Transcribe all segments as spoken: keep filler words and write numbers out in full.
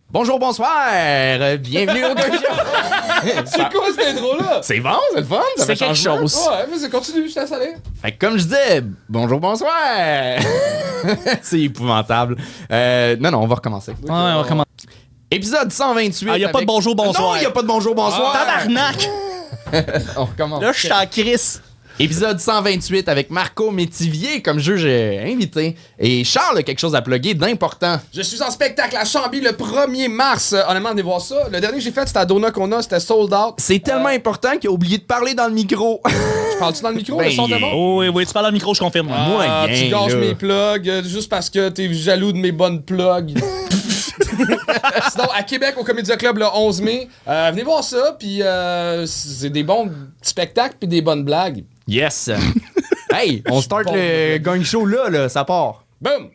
Bonjour, bonsoir! Euh, Bienvenue au Gong Show! C'est quoi cette intro-là? C'est bon, c'est le fun, ça C'est fait quelque changement. chose. Ouais, vas-y, continue, je te laisse aller. Fait que comme je disais, bonjour, bonsoir! C'est épouvantable. Euh, non, non, on va recommencer. Ouais, on recommence. Épisode cent vingt-huit. Ah, y a pas de bonjour, bonsoir. Non, il y a pas de bonjour, bonsoir. Tabarnak! On recommence. Là, je suis en crise. Épisode cent vingt-huit avec Marco Métivier comme juge euh, invité. Et Charles a quelque chose à plugger d'important. Je suis en spectacle à Chambly le premier mars. Euh, honnêtement, venez voir ça. Le dernier que j'ai fait, c'était à Dona Kona, c'était sold out. C'est tellement important qu'il a oublié de parler dans le micro. Je parle-tu dans le micro? Ben, le son de il- bon? Oh, oui, oui, tu parles dans le micro, je confirme. Ah, moyen, tu gâches là. mes plugs euh, juste parce que t'es jaloux de mes bonnes plugs. Sinon, à Québec, au Comédia Club, le onze mai, euh, venez voir ça, puis euh, c'est des bons spectacles puis des bonnes blagues. Yes! Hey, on start bon. le Gong Show là, là, ça part. Boom!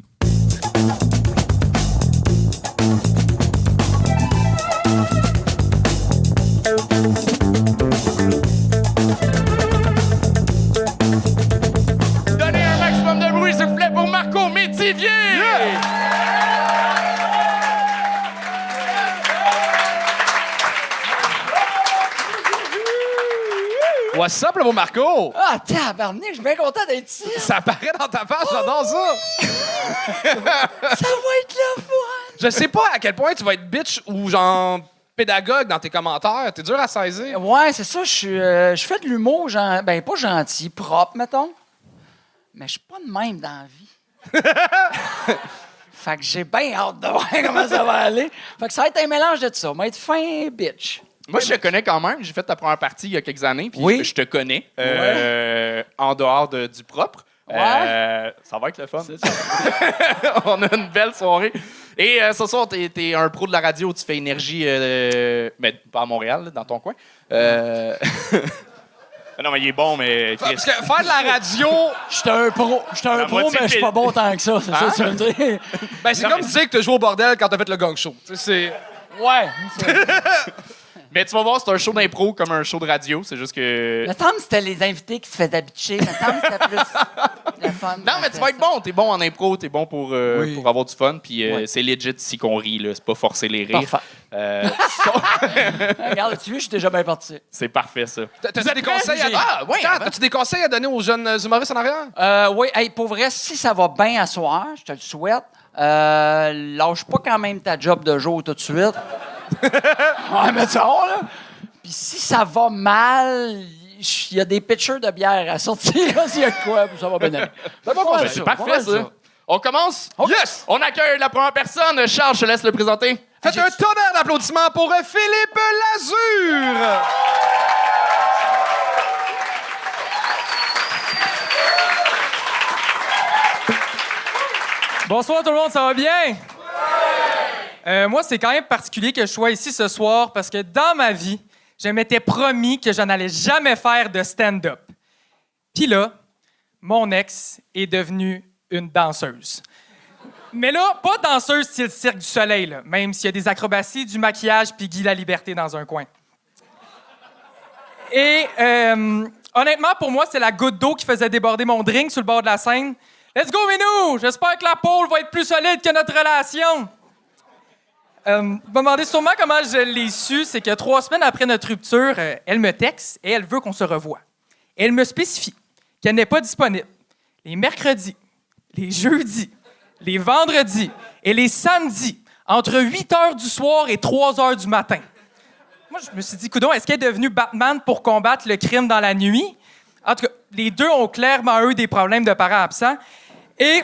Donnez un maximum de bruit, s'il vous plaît, pour Marco Métivier! What's up, le beau Marco? Ah, tabarnak, je suis bien content d'être ici. Ça paraît dans ta face, j'adore ça! Ça va être le fun. Je sais pas à quel point tu vas être bitch ou genre pédagogue dans tes commentaires. T'es dur à saisir. Ouais, c'est ça, je suis, euh, je fais de l'humour, gen- ben pas gentil, propre, mettons. Mais je suis pas de même dans la vie. Fait que j'ai bien hâte de voir comment ça va aller. Fait que ça va être un mélange de tout ça. Va être fin bitch. Moi, je te connais quand même. J'ai fait ta première partie il y a quelques années, puis Oui. je te connais euh, en dehors de- du propre. Ouais. Euh, ça va être le fun. On a une belle soirée. Et euh, ce soir, t'es es un pro de la radio. Tu fais énergie, euh, mais pas à Montréal, là, dans ton coin. Euh... non, mais il est bon, mais... Parce que faire de la radio, J'étais un pro. J'étais un La pro, moitié mais je suis pas bon tant que ça. C'est ça Hein? que tu veux me dire. ben c'est comme dire que t'as joué au bordel quand t'as fait le gang show. Tu sais, c'est... Ouais. c'est- Mais tu vas voir, c'est un show d'impro comme un show de radio. C'est juste que... Me semble que c'était les invités qui se faisaient bitcher. Me semble que c'était plus le fun. Non, mais tu vas être bon. T'es bon en impro, t'es bon pour, euh, Oui. pour avoir du fun. Puis euh, Ouais. c'est legit ici qu'on rit, là. C'est pas forcer les rires. Parfait. Euh, Regarde, tu vois, je suis déjà bien parti. c'est parfait, ça. T'as- T'as-tu des conseils à... J'ai- Ah, ouais, Attends, avant. t'as-tu des conseils à donner aux jeunes euh, humoristes en arrière? Euh, oui, hey, pour vrai, si ça va bien à soir, je te le souhaite, euh, lâche pas quand même ta job de jour tout de suite. Ouais, mais ça, là. Puis si ça va mal, il y a des pitchers de bière à sortir, là, s'il y a de quoi, puis ça va bien aller. Ben, bon, Ouais, ben, C'est ça, parfait, ouais, ça. On commence? Yes! On accueille la première personne. Charles, je te laisse le présenter. Faites un tonnerre d'applaudissements pour euh, Philippe Lazure! Bonsoir tout le monde, ça va bien? Euh, moi, c'est quand même particulier que je sois ici ce soir parce que dans ma vie, je m'étais promis que je n'allais jamais faire de stand-up. Puis là, mon ex est devenue une danseuse. Mais là, pas danseuse style Cirque du Soleil, là, même s'il y a des acrobaties, du maquillage puis Guy la Liberté dans un coin. Et euh, honnêtement, pour moi, c'est la goutte d'eau qui faisait déborder mon drink sur le bord de la scène. Let's go, Minou! J'espère que la pôle va être plus solide que notre relation. Euh, vous me demandez sûrement comment je l'ai su. C'est que trois semaines après notre rupture, euh, elle me texte et elle veut qu'on se revoie. Elle me spécifie qu'elle n'est pas disponible les mercredis, les jeudis, les vendredis et les samedis entre huit heures du soir et trois heures du matin. Moi, je me suis dit, coudonc, est-ce qu'elle est devenue Batman pour combattre le crime dans la nuit? En tout cas, les deux ont clairement eu des problèmes de parents absents. Et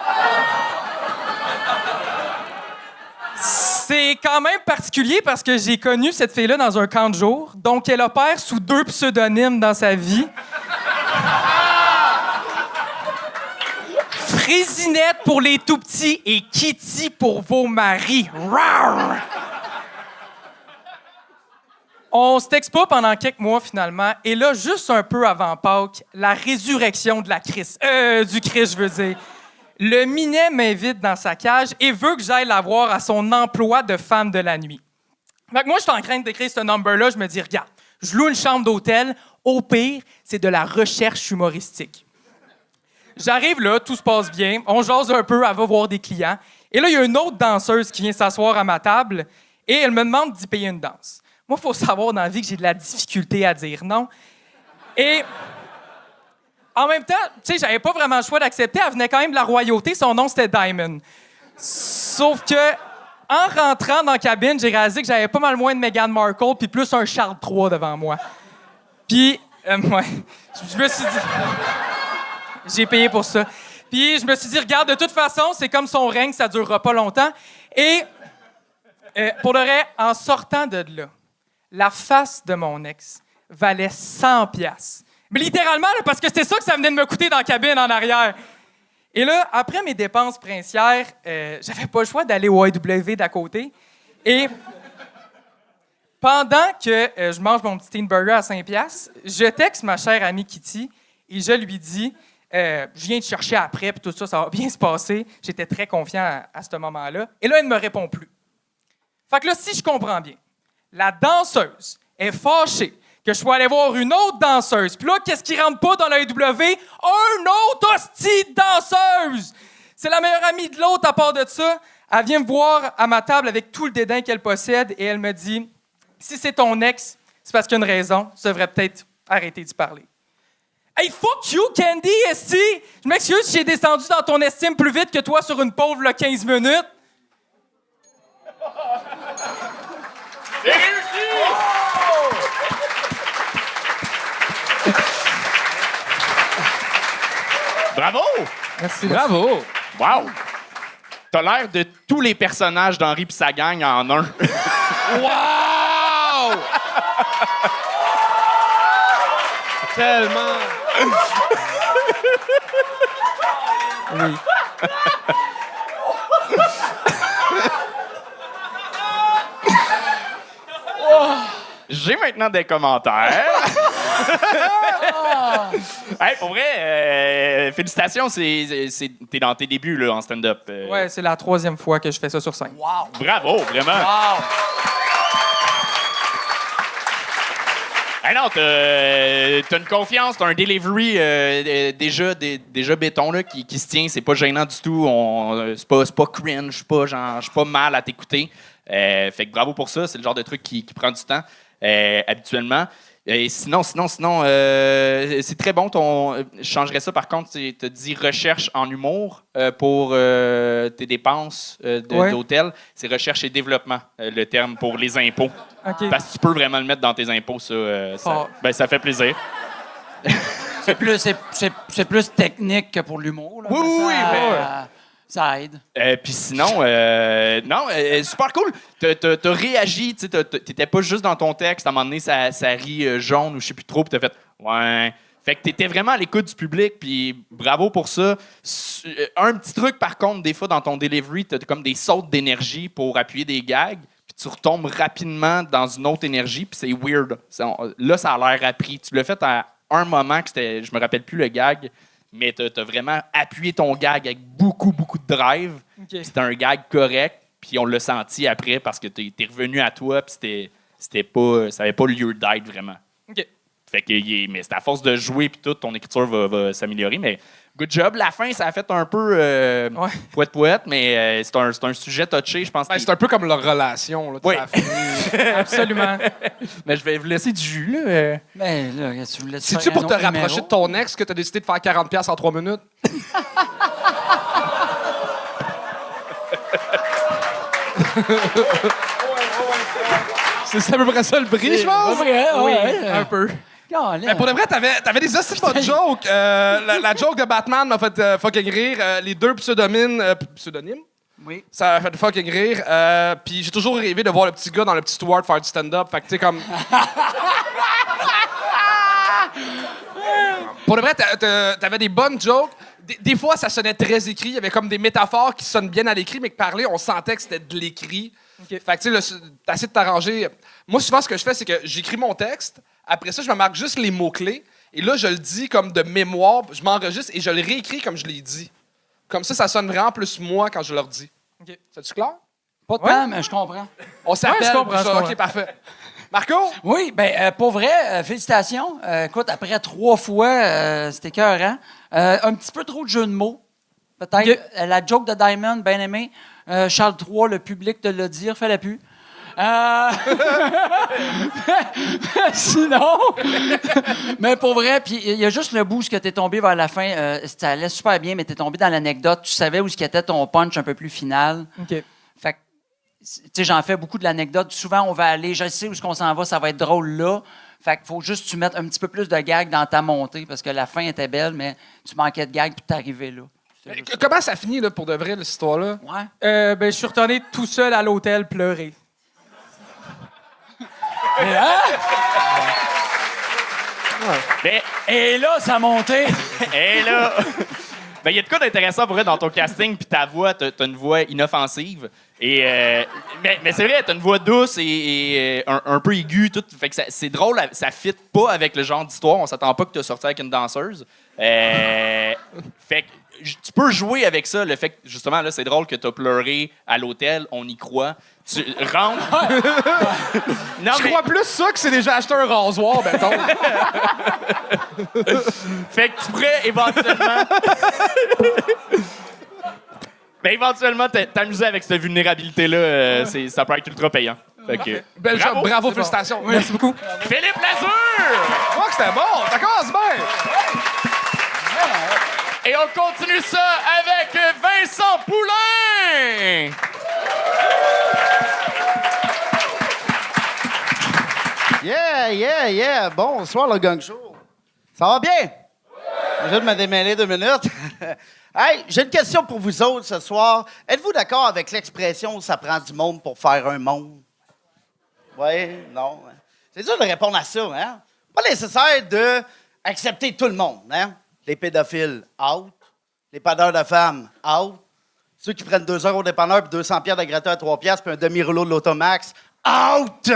c'est quand même particulier parce que j'ai connu cette fille-là dans un camp de jour, donc elle opère sous deux pseudonymes dans sa vie. Frésinette pour les tout-petits et Kitty pour vos maris. Rawr! On se texte pas pendant quelques mois, finalement. Et là, juste un peu avant Pâques, la résurrection de la Christ. Euh, du Christ, je veux dire. Le Minet m'invite dans sa cage et veut que j'aille la voir à son emploi de femme de la nuit. Fait que moi, je suis en train d'écrire ce number-là. Je me dis, regarde, je loue une chambre d'hôtel. Au pire, c'est de la recherche humoristique. J'arrive là, tout se passe bien. On jase un peu, elle va voir des clients. Et là, il y a une autre danseuse qui vient s'asseoir à ma table et elle me demande d'y payer une danse. Moi, il faut savoir dans la vie que j'ai de la difficulté à dire non. Et en même temps, tu sais, j'avais pas vraiment le choix d'accepter. Elle venait quand même de la royauté. Son nom, c'était Diamond. Sauf que, en rentrant dans la cabine, j'ai réalisé que j'avais pas mal moins de Meghan Markle puis plus un Charles trois devant moi. Puis, euh, ouais, je me suis dit... J'ai payé pour ça. Puis je me suis dit, regarde, de toute façon, c'est comme son règne, ça durera pas longtemps. Et euh, pour le vrai, en sortant de là, la face de mon ex valait cent piastres. Mais littéralement, là, parce que c'était ça que ça venait de me coûter dans la cabine en arrière. Et là, après mes dépenses princières, euh, j'avais pas le choix d'aller au A E W d'à côté. Et pendant que euh, je mange mon petit teen burger à cinq piastres, je texte ma chère amie Kitty et je lui dis... Euh, je viens te chercher après, puis tout ça, ça va bien se passer. J'étais très confiant à, à ce moment-là. Et là, elle ne me répond plus. Fait que là, si je comprends bien, la danseuse est fâchée que je sois allé voir une autre danseuse. Puis là, qu'est-ce qui rentre pas dans la A E W? Un autre hostie de danseuse! C'est la meilleure amie de l'autre à part de ça. Elle vient me voir à ma table avec tout le dédain qu'elle possède et elle me dit, si c'est ton ex, c'est parce qu'il y a une raison. Tu devrais peut-être arrêter d'y parler. Hey, fuck you, Candy, esti! Je m'excuse si j'ai descendu dans ton estime plus vite que toi sur une pauvre là, quinze minutes. C'est réussi! Oh! Bravo! Merci. Bravo! Wow! T'as l'air de tous les personnages d'Henri pis sa gang en un. Wow! Tellement! Oui. J'ai maintenant des commentaires. Hey, pour vrai, euh, félicitations, c'est, c'est, t'es dans tes débuts là, en stand-up. Euh, Ouais, c'est la troisième fois que je fais ça sur scène. Wow! Bravo, vraiment. Wow! Hey non, t'as, t'as une confiance, t'as un delivery euh, euh, déjà, dé- déjà béton là, qui, qui se tient. C'est pas gênant du tout. On, c'est, pas, c'est pas cringe. Je suis pas, genre, je suis pas mal à t'écouter. Euh, fait que bravo pour ça. C'est le genre de truc qui, qui prend du temps euh, habituellement. Et sinon, sinon, sinon, euh, c'est très bon. Ton, je changerais ça, par contre, tu as dit recherche en humour euh, pour euh, tes dépenses euh, de- Ouais. d'hôtel. C'est recherche et développement, euh, le terme pour les impôts. OK. Parce que tu peux vraiment le mettre dans tes impôts, ça. euh, ça, Fort. ben, ça fait plaisir. C'est plus, c'est, c'est, c'est plus technique que pour l'humour. Là, Oui, mais oui, ça, oui, mais- euh, ça aide. Euh, Puis sinon, euh, non, euh, super cool. T'as, t'as, t'as réagi, tu sais, t'as- t'as- t'étais pas juste dans ton texte. À un moment donné, ça, ça rit euh, jaune ou je sais plus trop, puis t'as fait ouais. Fait que t'étais vraiment à l'écoute du public, puis bravo pour ça. S- euh, Un petit truc, par contre, des fois dans ton delivery, t'as comme des sautes d'énergie pour appuyer des gags, puis tu retombes rapidement dans une autre énergie, puis c'est weird. C'est- on- là, ça a l'air appris. Tu l'as fait à un moment que c'était, je me rappelle plus le gag, mais t'as, t'as vraiment appuyé ton gag avec beaucoup, beaucoup de drive. OK. C'était un gag correct, puis on l'a senti après parce que t'es, t'es revenu à toi, puis c'était, c'était pas, ça avait pas lieu d'être vraiment. OK. Fait que, il est- mais c'est à force de jouer, puis tout, ton écriture va, va s'améliorer. Mais good job. La fin, ça a fait un peu euh, Ouais. poète-poète, mais euh, c'est, un, c'est un sujet touché, je pense. Ben, qu'il- c'est un peu comme leur relation. Là, Oui. ça a fini. Absolument. Mais je vais vous laisser du jus, là. euh. Mais là, qu'est-ce que tu voulais C'est-tu faire pour un te autre rapprocher numéro? de ton ex que tu as décidé de faire quarante piastres en trois minutes? C'est à peu près ça le prix, je pense. Ouais, ouais, Oui, ouais. un peu. Calais. Mais pour de vrai, t'avais, t'avais des hosties de bonnes jokes. Euh, la, la joke de Batman m'a fait euh, fucking rire. Euh, les deux pseudonymes, euh, pseudonymes, Oui. ça m'a fait fucking rire. Euh, Puis j'ai toujours rêvé de voir le petit gars dans le petit Stuart faire du stand-up. Fait que tu sais, comme. Pour de vrai, t'a- t'a- t'avais des bonnes jokes. Des, des fois, ça sonnait très écrit. Il y avait comme des métaphores qui sonnent bien à l'écrit, mais que parler, on sentait que c'était de l'écrit. OK. Fait que tu sais, le- t'essaies de t'arranger. Moi, souvent, ce que je fais, c'est que j'écris mon texte. Après ça, je me marque juste les mots-clés. Et là, je le dis comme de mémoire. Je m'enregistre et je le réécris comme je l'ai dit. Comme ça, ça sonne vraiment plus moi quand je leur dis. OK. C'est-tu clair? Pas de Ouais. temps, mais je comprends. On s'appelle. je comprends, puis je OK, comprends. parfait. Marco? Oui, ben euh, pour vrai, euh, félicitations. Euh, écoute, après trois fois, euh, c'était écœurant. Euh, un petit peu trop de jeux de mots, peut-être. Ok. Euh, la joke de Diamond, bien aimé. Euh, Charles trois, le public te l'a dit, refais la pu. Euh... Sinon, mais pour vrai, puis il y a juste le bout où tu es tombé vers la fin, euh, ça allait super bien, mais tu es tombé dans l'anecdote, tu savais où était ton punch un peu plus final. OK. Fait que, tu sais, j'en fais beaucoup de l'anecdote. Souvent, on va aller, je sais où est-ce qu'on s'en va, ça va être drôle là. Fait qu'il faut juste que tu mettes un petit peu plus de gags dans ta montée, parce que la fin était belle, mais tu manquais de gags puis t'es arrivé là. Mais comment ça finit, là, pour de vrai, cette histoire-là? Ouais. Euh, ben, je suis retourné tout seul à l'hôtel pleurer. Mais, Et là, ça montait. et là, ben, il y a de quoi d'intéressant pour vrai dans ton casting, puis ta voix, t'as t'as une voix inoffensive. Et, euh, mais mais c'est vrai, t'as une voix douce et, et, euh, un, un peu aiguë, tout. Fait que ça- c'est drôle, ça fit pas avec le genre d'histoire. On s'attend pas que t'as sorti avec une danseuse. Euh, fait que j- tu peux jouer avec ça, le fait que, justement, là, c'est drôle que t'as pleuré à l'hôtel, on y croit. Tu rentres. Non, Je mais- crois plus ça que c'est déjà acheté un rasoir, mettons. Fait que tu pourrais éventuellement. Ben, éventuellement, t'a- t'amuser avec cette vulnérabilité-là, euh, c'est- ça peut être ultra payant. Fait que, Bel bravo. job, bravo, bon. félicitations. Merci beaucoup. Philippe Lazure! Je crois que c'était bon, ça commence bien. Et on continue ça avec Vincent Poulain! Yeah, yeah, yeah. Bonsoir, le gang show. Ça va bien? Déjà de me démêler deux minutes. Hey, j'ai une question pour vous autres ce soir. Êtes-vous d'accord avec l'expression « ça prend du monde pour faire un monde » ? Oui, non. C'est dur de répondre à ça, hein? Pas nécessaire d'accepter tout le monde, hein? Les pédophiles, out. Les panneurs de femmes, out. Ceux qui prennent deux heures au dépanneur puis deux cents piastres de gratter à trois piastres puis un demi-rouleau de l'Automax, out!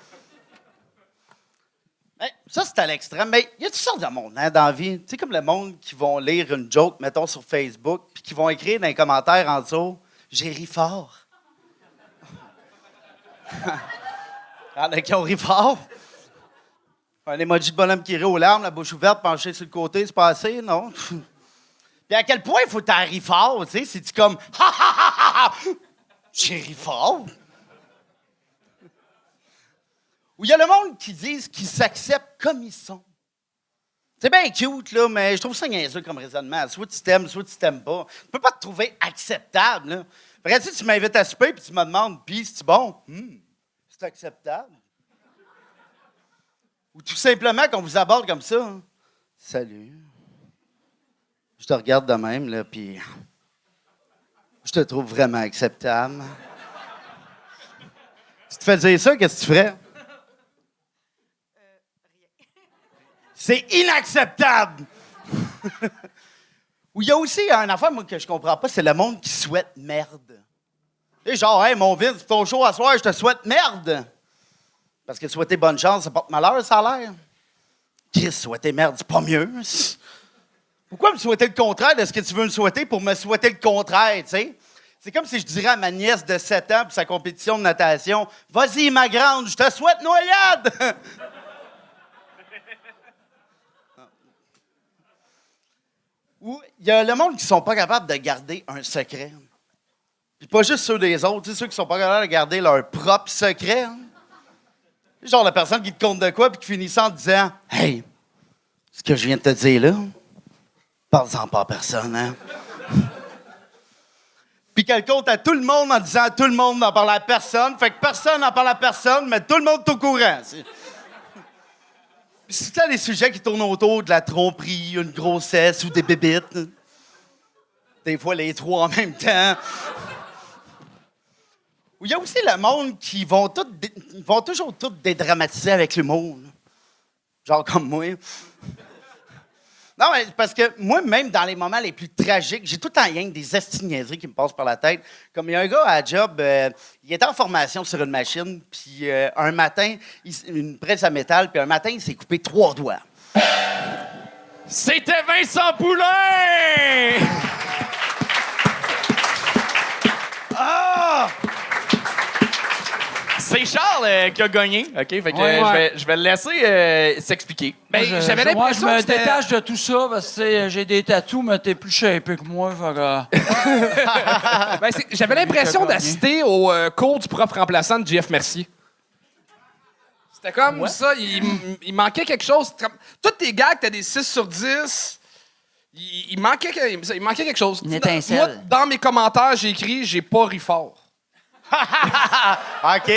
Hey, ça, c'est à l'extrême. Mais il y a toutes sortes de monde hein, dans la vie. Tu sais, comme le monde qui vont lire une joke, mettons, sur Facebook, puis qui vont écrire dans les commentaires en dessous « J'ai ri fort. » Il y en a qui ont ri fort. Un emoji de bonhomme qui rit aux larmes, la bouche ouverte, penché sur le côté, c'est pas assez, non? Puis à quel point il faut t'en rire fort, tu sais? C'est-tu comme « Ha, ha, ha, ha, ha! J'ai ri fort. » Ou il y a le monde qui disent qu'ils s'acceptent comme ils sont. C'est bien cute, là, mais je trouve ça niaiseux comme raisonnement. Soit tu t'aimes, soit tu t'aimes pas. Tu peux pas te trouver acceptable, là. Fait que, tu sais, tu m'invites à souper puis tu me demandes, puis c'est bon? Hmm, c'est acceptable. Ou tout simplement qu'on vous aborde comme ça. Hein. Salut. Je te regarde de même, là, puis je te trouve vraiment acceptable. Si tu te fais dire ça, qu'est-ce que tu ferais? C'est inacceptable! Ou il y a aussi une affaire, moi, que je comprends pas, c'est le monde qui souhaite merde. Tu sais, genre, hey, mon Vince, c'est ton show à soir, je te souhaite merde! Parce que souhaiter bonne chance, ça porte malheur, ça a l'air. Chris, souhaiter merde, c'est pas mieux. Pourquoi me souhaiter le contraire de ce que tu veux me souhaiter pour me souhaiter le contraire, tu sais? C'est comme si je dirais à ma nièce de sept ans pour sa compétition de natation, « Vas-y, ma grande, je te souhaite noyade! » Ou il y a le monde qui sont pas capables de garder un secret. Puis pas juste ceux des autres, tu sais, ceux qui sont pas capables de garder leur propre secret. Hein? Genre la personne qui te compte de quoi puis qui finit ça en te disant « Hey, ce que je viens de te dire là, parle-en pas à personne, hein? » Puis qu'elle compte à tout le monde en disant à tout le monde n'en parle à personne. Fait que personne n'en parle à personne, mais tout le monde est au courant. C'est... Puis c'est tout des sujets qui tournent autour de la tromperie, une grossesse ou des bébites. Des fois, les trois en même temps. Ou il y a aussi le monde qui vont, tout dé- ils vont toujours tout dédramatiser avec l'humour. là. Genre comme moi. Non, mais parce que moi, même dans les moments les plus tragiques, j'ai tout le temps rien que des esti-niaiseries qui me passent par la tête. Comme il y a un gars à la job, euh, il était en formation sur une machine, puis euh, un matin, il s- une presse à métal, puis un matin, il s'est coupé trois doigts. C'était Vincent Poulain! C'est Charles euh, qui a gagné. OK? Fait que Ouais, euh, je, ouais. vais, je vais le laisser euh, s'expliquer. Ben, Moi, je- j'avais je- moi, l'impression je que me c'était- détache de tout ça parce que tu sais, j'ai des tatous, mais t'es plus shapé que moi. Fait que... Ben, c'est- j'avais l'impression d'assister au euh, cours du prof remplaçant de Jeff Mercier. C'était comme ça, il, m- il manquait quelque chose. Comme- Toutes tes gags, t'as des six sur dix. Il, il manquait, que- il manquait quelque chose. Une étincelle. Moi, dans mes commentaires, j'ai écrit « J'ai pas ri fort OK.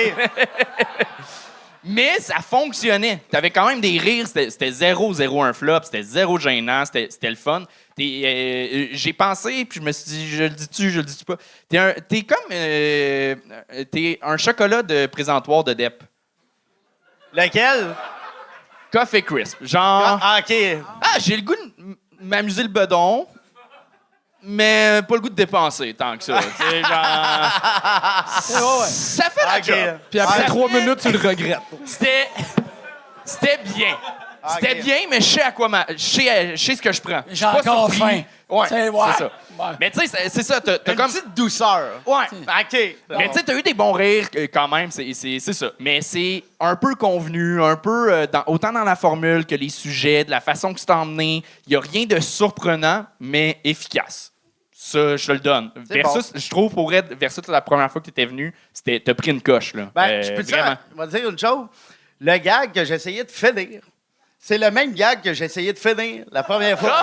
Mais ça fonctionnait. T'avais quand même des rires. C'était c'était zéro, zéro un flop. C'était zéro gênant. C'était c'était le fun. T'es, euh, j'ai pensé, puis je me suis dit, je le dis-tu, je le dis-tu pas. T'es, un, t'es comme... euh, t'es un chocolat de présentoir de Depp. Lequel? Coffee Crisp. Genre... Ah, OK. Ah, j'ai le goût de m- m'amuser le bedon, mais pas le goût de dépenser tant que ça. Tu sais, genre... Ça fait la OK. job. ». Puis après Ah, trois mais- minutes, tu le regrettes. C'était... C'était bien. C'était Ok. bien, mais je sais à quoi ma... je sais, je sais ce que je prends. Je suis J'ai pas encore surpris. faim. Ouais, C'est- c'est ouais. ça. Ouais. Mais tu sais, c'est- c'est ça. T'as, t'as Une comme... petite douceur. Ouais. OK. Mais tu sais, t'as eu des bons rires euh, quand même, c'est, c'est, c'est ça. Mais c'est un peu convenu, un peu euh, dans- autant dans la formule que les sujets, de la façon que c'est emmené. Il n'y a rien de surprenant, mais efficace. Ça, je te le donne. C'est Versus, je trouve, pour être, versus la première fois que tu étais venu, c'était, t'as pris une coche, là. Ben, Euh, je peux te vraiment. dire, on va te dire une chose. Le gag que j'essayais de finir, c'est le même gag que j'essayais de finir la première fois.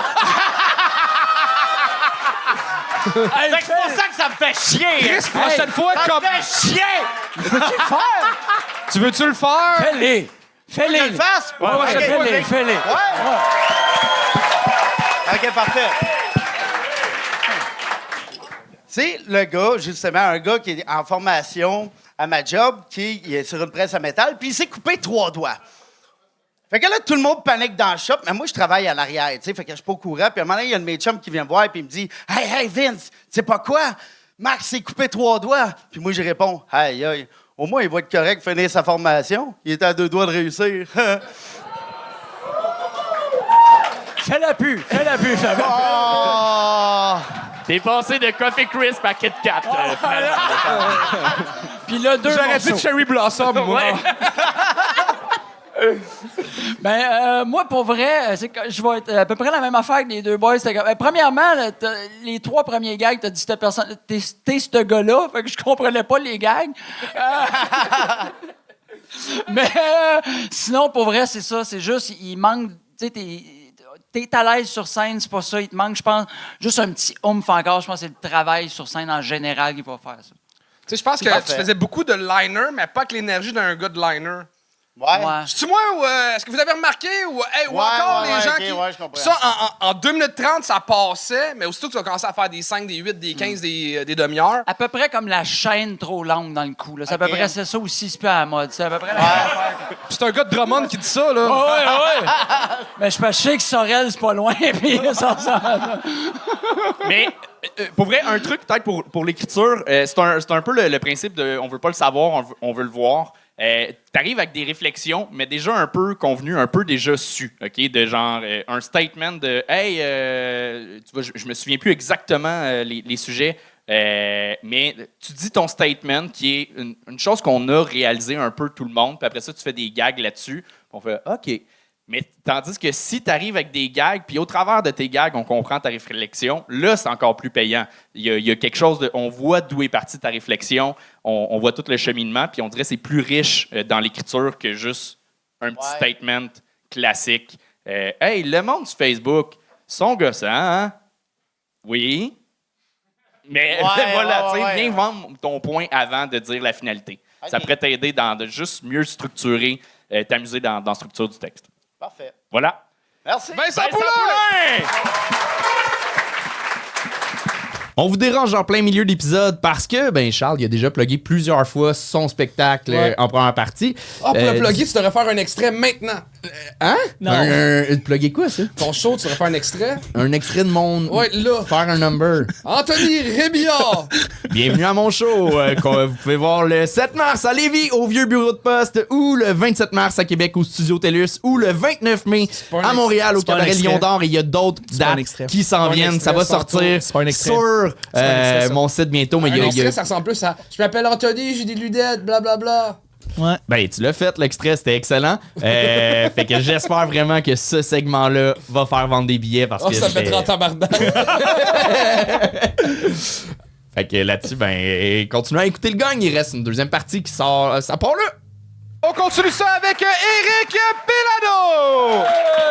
Hey, Fait que c'est pour ça que ça me fait chier. Chris, prochaine fois, Ça comme... me fait chier. Tu veux-tu le faire? Fais-les! Que Fais-les! je le fasse? Ouais, ouais, OK. Fais-les! Fais-les! Ouais. OK, parfait. Tu sais, le gars, justement, un gars qui est en formation à ma job, qui il est sur une presse à métal, puis il s'est coupé trois doigts. Fait que là, tout le monde panique dans le shop, mais moi, je travaille à l'arrière, tu sais, fait que je suis pas au courant. Puis à un moment donné, il y a un de mes chums qui vient me voir, puis il me dit « Hey, hey, Vince, tu sais pas quoi? Max s'est coupé trois doigts. » Puis moi, je réponds « Aïe, aïe, au moins, il va être correct finir sa formation. Il est à deux doigts de réussir. » Fais-la pu! Fais-la pu! Fais-la Oh! T'es passé de Coffee Crisp à Kit Kat. euh, finalement. Puis là, deux J'aurais dit morceaux. Cherry Blossom, moi. Ouais. Ben, euh, moi, pour vrai, c'est que je vais être à peu près la même affaire que les deux boys. C'était comme- ben, premièrement, là, t'as- les trois premiers gags, t'as dit cette personne, t'es, t'es ce gars-là, fait que je comprenais pas les gags. Euh, Mais euh, sinon, pour vrai, c'est ça. C'est juste, il manque, tu sais, t'es, t'es à l'aise sur scène, c'est pas ça. Il te manque, je pense, juste un petit oomph encore. Je pense que c'est le travail sur scène en général qui va faire ça. Tu sais, je pense que Parfait. tu faisais beaucoup de liner, mais pas que l'énergie d'un gars de liner. Ouais. Ouais. C'est-tu moi ou euh, est-ce que vous avez remarqué ou, hey, ou Ouais, encore ouais, les ouais, gens ok, qui. ouais, je comprends. Ça, en, en, en deux minutes trente, ça passait, mais aussitôt que tu as commencé à faire des cinq, des huit, des quinze, des, euh, des demi-heures. À peu près comme la chaîne trop longue dans le cou. Là. C'est à Ok. peu près c'est ça aussi, c'est plus à la mode. C'est à peu près la même affaire. C'est un gars de Drummond qui dit ça, là. Ouais, ouais. Mais je je sais que Sorel, c'est pas loin, puis ça ressemble. Mais euh, pour vrai, un truc peut-être pour, pour l'écriture, euh, c'est, un, c'est un peu le, le principe de on veut pas le savoir, on veut, on veut le voir. Euh, T'arrives avec des réflexions, mais déjà un peu convenues, un peu déjà su, OK? De genre euh, un statement de Hey, euh, tu vois, je, je me souviens plus exactement euh, les, les sujets, euh, mais tu dis ton statement qui est une, une chose qu'on a réalisé un peu tout le monde, puis après ça, tu fais des gags là-dessus, puis on fait OK. Mais tandis que si tu arrives avec des gags, puis au travers de tes gags, on comprend ta réflexion, là, c'est encore plus payant. Il y a, il y a quelque chose de. On voit d'où est partie ta réflexion, on, on voit tout le cheminement, puis on dirait que c'est plus riche euh, dans l'écriture que juste un petit Ouais. statement classique. Euh, hey, le monde sur Facebook, sont gossants, hein? Oui. Mais Ouais, voilà, ouais, tu sais, ouais, viens ouais. vendre ton point avant de dire la finalité. Ça Ok. pourrait t'aider dans de juste mieux structurer, euh, t'amuser dans, dans la structure du texte. Parfait. Voilà. Merci. Vincent Vincent Poulain! On vous dérange en plein milieu d'épisode parce que, ben, Charles, il a déjà plugué plusieurs fois son spectacle Ouais. euh, en première partie. Ah, pour Euh, le plugger, tu devrais faire un extrait maintenant. Hein? Non. Un, un- plugger quoi, ça? Ton show, tu devrais faire un extrait. Un extrait de mon... Ouais, là. Faire un number. Anthony Rébillard! Bienvenue à mon show, euh, qu'on- vous pouvez voir le sept mars à Lévis, au Vieux Bureau de Poste, ou le vingt-sept mars à Québec, au Studio TELUS, ou le vingt-neuf mai pas un à Montréal, au c'est pas un Cabaret extrait. Lion d'Or, et il y a d'autres pas un dates extrait. qui s'en pas un viennent. Ça extrait, va c'est sortir C'est pas un extrait. sur pas un euh, extrait, ça. mon site bientôt, mais Un il y a... il y a- extrait, ça ressemble plus à. Je m'appelle Anthony, j'ai des lunettes, blablabla. Ouais. Ben, tu l'as fait, l'extrait, c'était excellent. Euh, fait que j'espère vraiment que ce segment-là va faire vendre des billets parce Oh, que. ça me c'était- mettra en tabarnak. Fait que là-dessus, ben, continuez à écouter le gang. Il reste une deuxième partie qui sort. Ça part là! On continue ça avec Éric Pelado!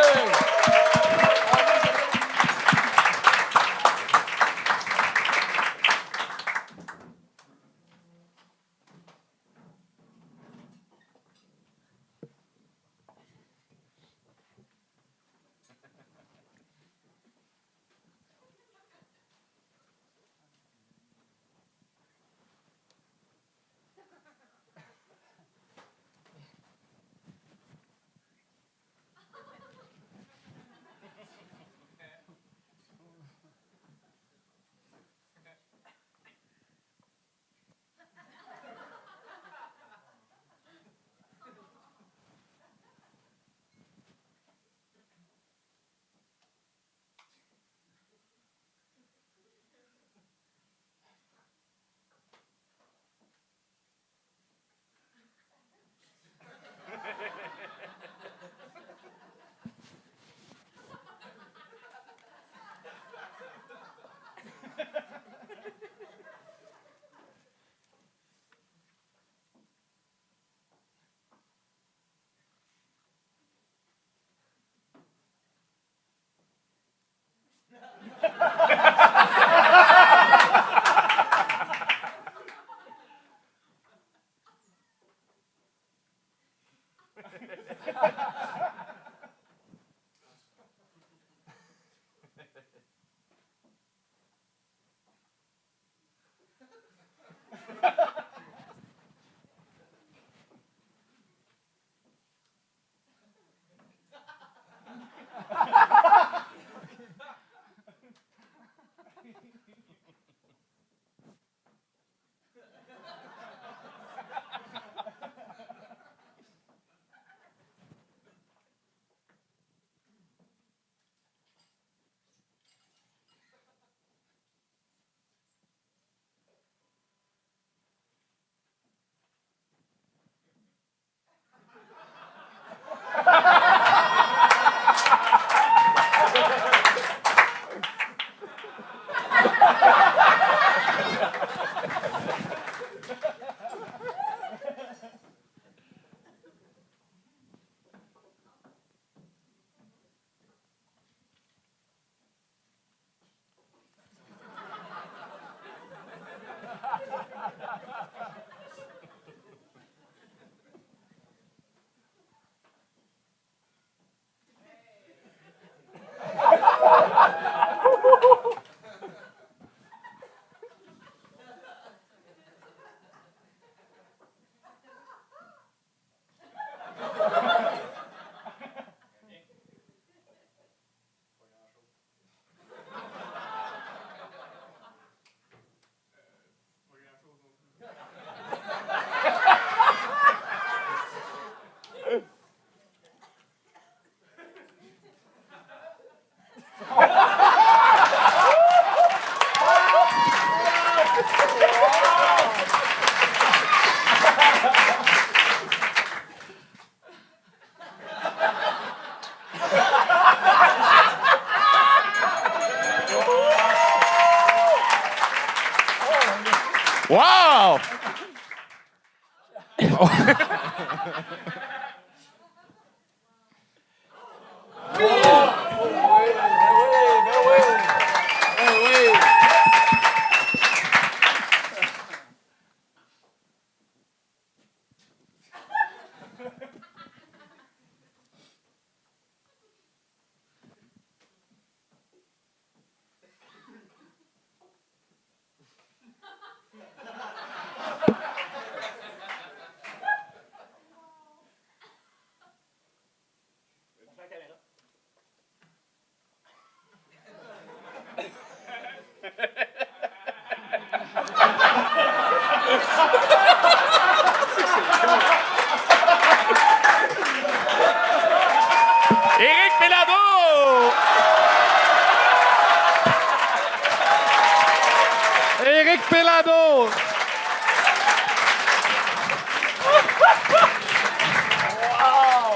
Wow!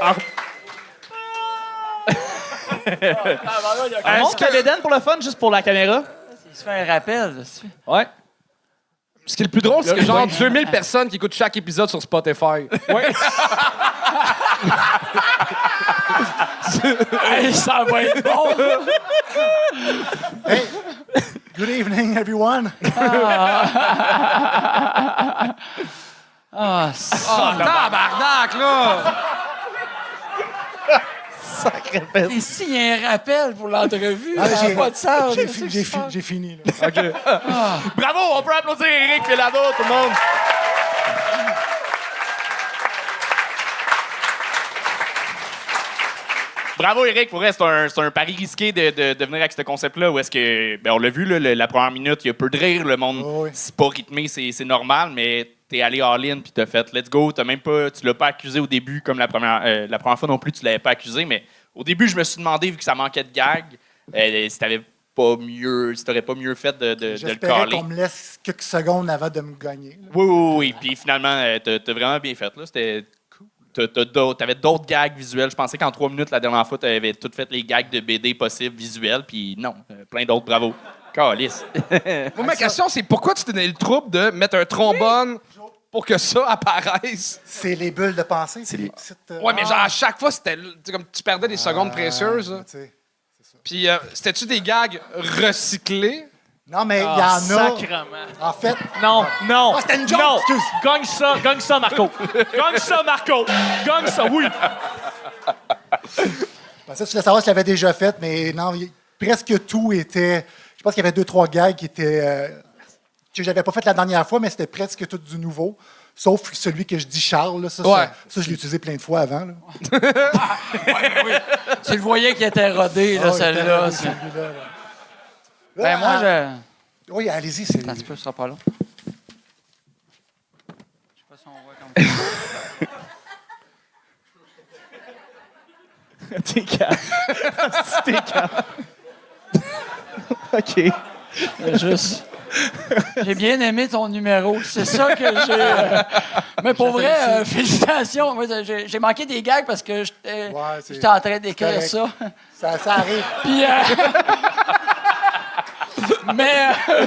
Un montre à l'Éden pour le fun, juste pour la caméra. Il se fait un rappel. là, c'est- Ouais. Ce qui est le plus drôle, c'est que genre deux mille personnes qui écoutent chaque épisode sur Spotify. Ouais. Hey, ça va être bon! Hey, good evening, everyone. Ah, c'est- Oh, tabarnak, là! Et s'il y a un rappel pour l'entrevue, Ah, ça j'ai- n'a pas de sens. J'ai qu'est-ce fi- qui j'ai se fi- passe? j'ai fini. Là. Bravo, on peut applaudir Eric Pelado, tout le monde. Bravo, Eric. Pour vrai, c'est un, c'est un pari risqué de, de, de venir avec ce concept-là où est-ce que, ben, on l'a vu, là, le- la première minute, il y a peu de rire, le monde, Oh oui. c'est pas rythmé, c'est, c'est normal, mais t'es allé all-in puis t'as fait let's go. T'as même pas, tu l'as pas accusé au début comme la première, euh, la première fois non plus, tu l'avais pas accusé, mais au début, je me suis demandé, vu que ça manquait de gags, euh, si t'avais pas mieux, si t'aurais pas mieux fait de, de, de le J'espérais caler. qu'on me laisse quelques secondes avant de me gagner. là. Oui, oui, oui. Puis finalement, euh, t'as, t'as vraiment bien fait. Là. C'était cool. T'as, t'as d'autres- t'avais d'autres gags visuels. Je pensais qu'en trois minutes, la dernière fois, t'avais tout fait les gags de B D possibles visuels. Puis non, euh, plein d'autres. Bravo. Calice. Moi, ma question, c'est pourquoi tu t'es donné le trouble de mettre un trombone pour que ça apparaisse? C'est les bulles de pensée. C'est les petites. euh, Ouais, mais genre, à chaque fois, c'était tu sais, comme tu perdais des secondes ah, précieuses. là. tu sais. Puis, euh, c'était-tu des gags recyclés? Non, mais il Ah, y en a. Sacrement. En fait, Non, non. Ah, c'était une joke, Non. excuse. Gagne ça, gagne ça, Marco. Gagne ça, Marco. Gagne ça, oui. je pensais que tu voulais savoir si je l'avais déjà fait, mais non, il- presque tout était. Je pense qu'il y avait deux, trois gags qui étaient. euh, que j'avais pas fait la dernière fois, mais c'était presque tout du nouveau. Sauf celui que je dis Charles. Là, ça, Ouais. ça, ça, je l'ai utilisé plein de fois avant. Là. Tu le voyais qu'il était rodé, là, Ah, celle-là. il était- c'est- celui-là, là. Ben, moi, Ah, je. Oui, allez-y. C'est... Un petit peu, ce sera pas long. Je sais pas si on voit comme ça. T'es calme. T'es calme. OK. Juste. J'ai bien aimé ton numéro. C'est ça que j'ai. euh, Mais pour vrai, euh, félicitations. Moi, j'ai, j'ai manqué des gags parce que j'étais, Ouais, c'est- j'étais en train d'écrire correct. ça. Ça, ça arrive. Puis. euh, Mais. euh,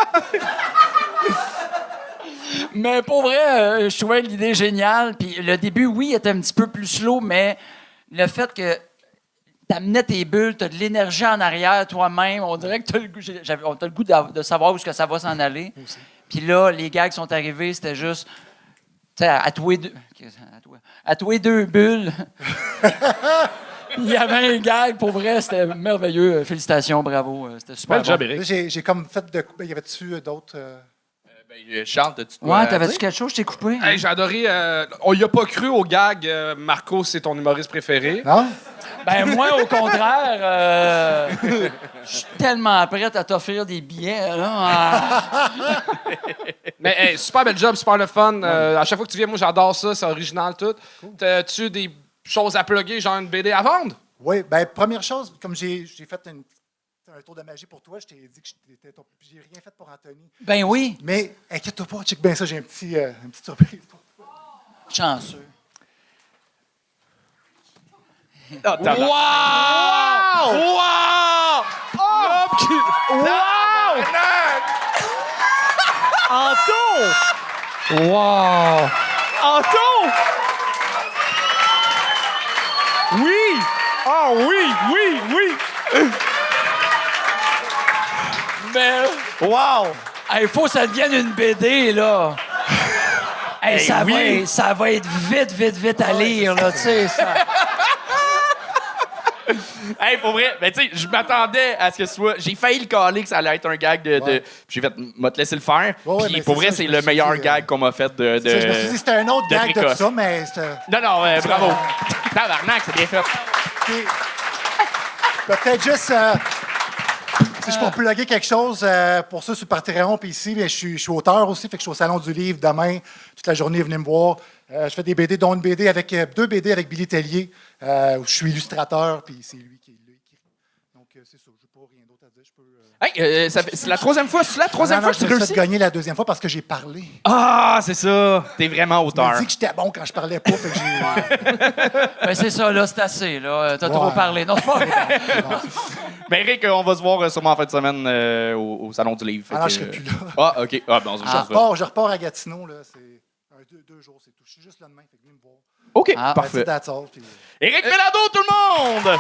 Mais pour vrai, euh, je trouvais l'idée géniale. Puis le début, oui, était un petit peu plus slow, mais le fait que t'amenais tes bulles, t'as de l'énergie en arrière toi-même, on dirait que t'as le goût, j'ai- j'avais- on- t'as le goût de, de savoir où est-ce que ça va s'en aller. Puis là, les gags sont arrivés, c'était juste, tu sais, à, à tous les deux, ok, à toi- à tous les deux bulles, il y avait un gag, pour vrai, c'était merveilleux. Félicitations, bravo, euh, c'était super Bel job, bon. Eric. Là, j'ai, j'ai comme fait de. Ben, y avait-tu d'autres. euh, Ben, euh, Charles, t'as-tu de quoi Ouais, à t'avais-tu dire? quelque chose, je t'ai coupé? Hey, j'ai adoré. euh, on y a pas cru au gag. euh, Marco, c'est ton humoriste préféré. Non? Ben moi, au contraire, euh, je suis tellement prête à t'offrir des billets, là. Ah. Mais hey, super bel job, super le fun. Euh, à chaque fois que tu viens, moi, j'adore ça. C'est original, tout. T'as-tu des choses à plugger, genre une B D à vendre? Oui, ben première chose, comme j'ai, j'ai fait une- un tour de magie pour toi, je t'ai dit que j'étais ton- j'ai rien fait pour Anthony. Ben oui, Mais inquiète-toi pas, check bien ça, j'ai un petit, euh, une petite surprise. chanceux. Wow! Wow! Oh! Anto! Wow! Anto! Oui! Ah oui, oui, oui! Mais Wow! il faut que ça devienne une B D, là. Hey, ça, oui. va être, ça va être vite, vite, vite à lire, là, tu sais. ça. Hey, pour vrai, ben, tu sais, je m'attendais à ce que ce soit. J'ai failli le caler que ça allait être un gag de. de- Ouais. Puis j'ai fait, m'a te laisser le faire. Ouais, ouais, Puis mais pour c'est vrai, ça, c'est je me le suis meilleur dit, euh, gag qu'on m'a fait de. de... Ça, je me suis dit, c'était un autre de gag de précoce. tout ça, mais c'était. Non, non, euh, bravo. Tabarnak, c'est bien fait. Puis, peut-être juste. euh, si je peux plugger quelque chose euh, pour ça sur Patreon, puis ici, bien, je, suis, je suis auteur aussi, fait que je suis au Salon du Livre demain, toute la journée, venez me voir. Euh, je fais des B D, dont une B D avec euh, deux B D avec Billy Tellier, euh, où je suis illustrateur, puis c'est lui qui l'a écrit. Donc, euh, c'est ça. Je n'ai pas rien d'autre à dire. Je peux, euh... Hey, euh, ça fait- c'est la troisième fois, c'est la troisième non, non, fois que tu je me suis réussis? fait gagner la deuxième fois parce que j'ai parlé. Ah, c'est ça. T'es vraiment Je me auteur. dit que j'étais bon quand je parlais pas, fait que j'ai... Ben, c'est ça, là, c'est assez. Là. T'as Ouais. trop parlé. Non, c'est pas vrai. Ben, Eric, on va se voir euh, sûrement en fin de semaine euh, au, au Salon du Livre. Fait Ah non, que, je serai euh, plus là. Ah, OK. Ah, ben, on se Je voit. repars, je repars à Gatineau, là. C'est un, deux, deux jours, c'est tout. Je suis juste là demain, fait que venez me voir. OK, Ah. parfait. That's all, puis... Éric Pelado, tout le monde!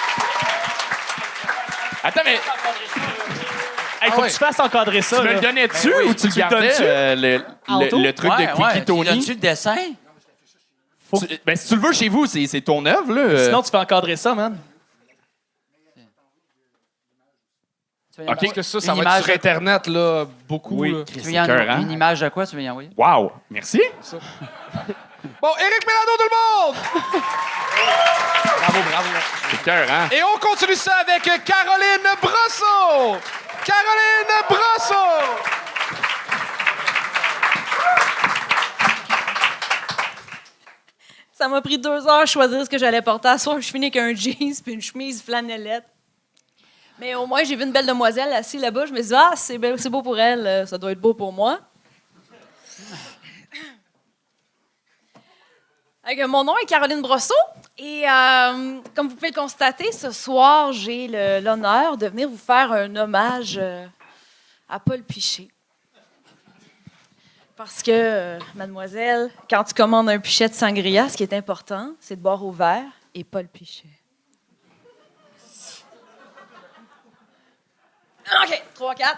Attends, mais Hey, faut ouais. que tu fasses encadrer ça. tu me là. le donnais-tu Ben oui. ou tu le Tu le gardais, donnes-tu? euh, le, En le, retour? le truc Ouais, de ouais. Quickie Tu Tony? donnes-tu le dessin? Tu- ben, si tu le veux chez vous, c'est c'est ton œuvre, là. euh. Sinon, tu fais encadrer ça, man. Tu veux y Parce que ça, ça une va être image sur de- Internet, là, beaucoup. Oui. là. Tu veux C'est y en- écœurant. une image de quoi tu veux y envoyer? Wow! Merci. Bon, Éric Pelado, tout le monde! Bravo, bravo. C'est écœurant. Et on continue ça avec Caroline Brosseau! Caroline Brosseau! Ça m'a pris deux heures à choisir ce que j'allais porter. À soir, je finis avec un jeans puis une chemise flanellette. Mais au moins, j'ai vu une belle demoiselle assise là-bas. Je me suis dit, ah, c'est be- c'est beau pour elle, euh, ça doit être beau pour moi. Fait que mon nom est Caroline Brosseau. Et euh, comme vous pouvez le constater, ce soir, j'ai le- l'honneur de venir vous faire un hommage euh, à Paul Piché. Parce que, euh, mademoiselle, quand tu commandes un pichet de sangria, ce qui est important, c'est de boire au verre et pas le pichet. OK, trois, quatre.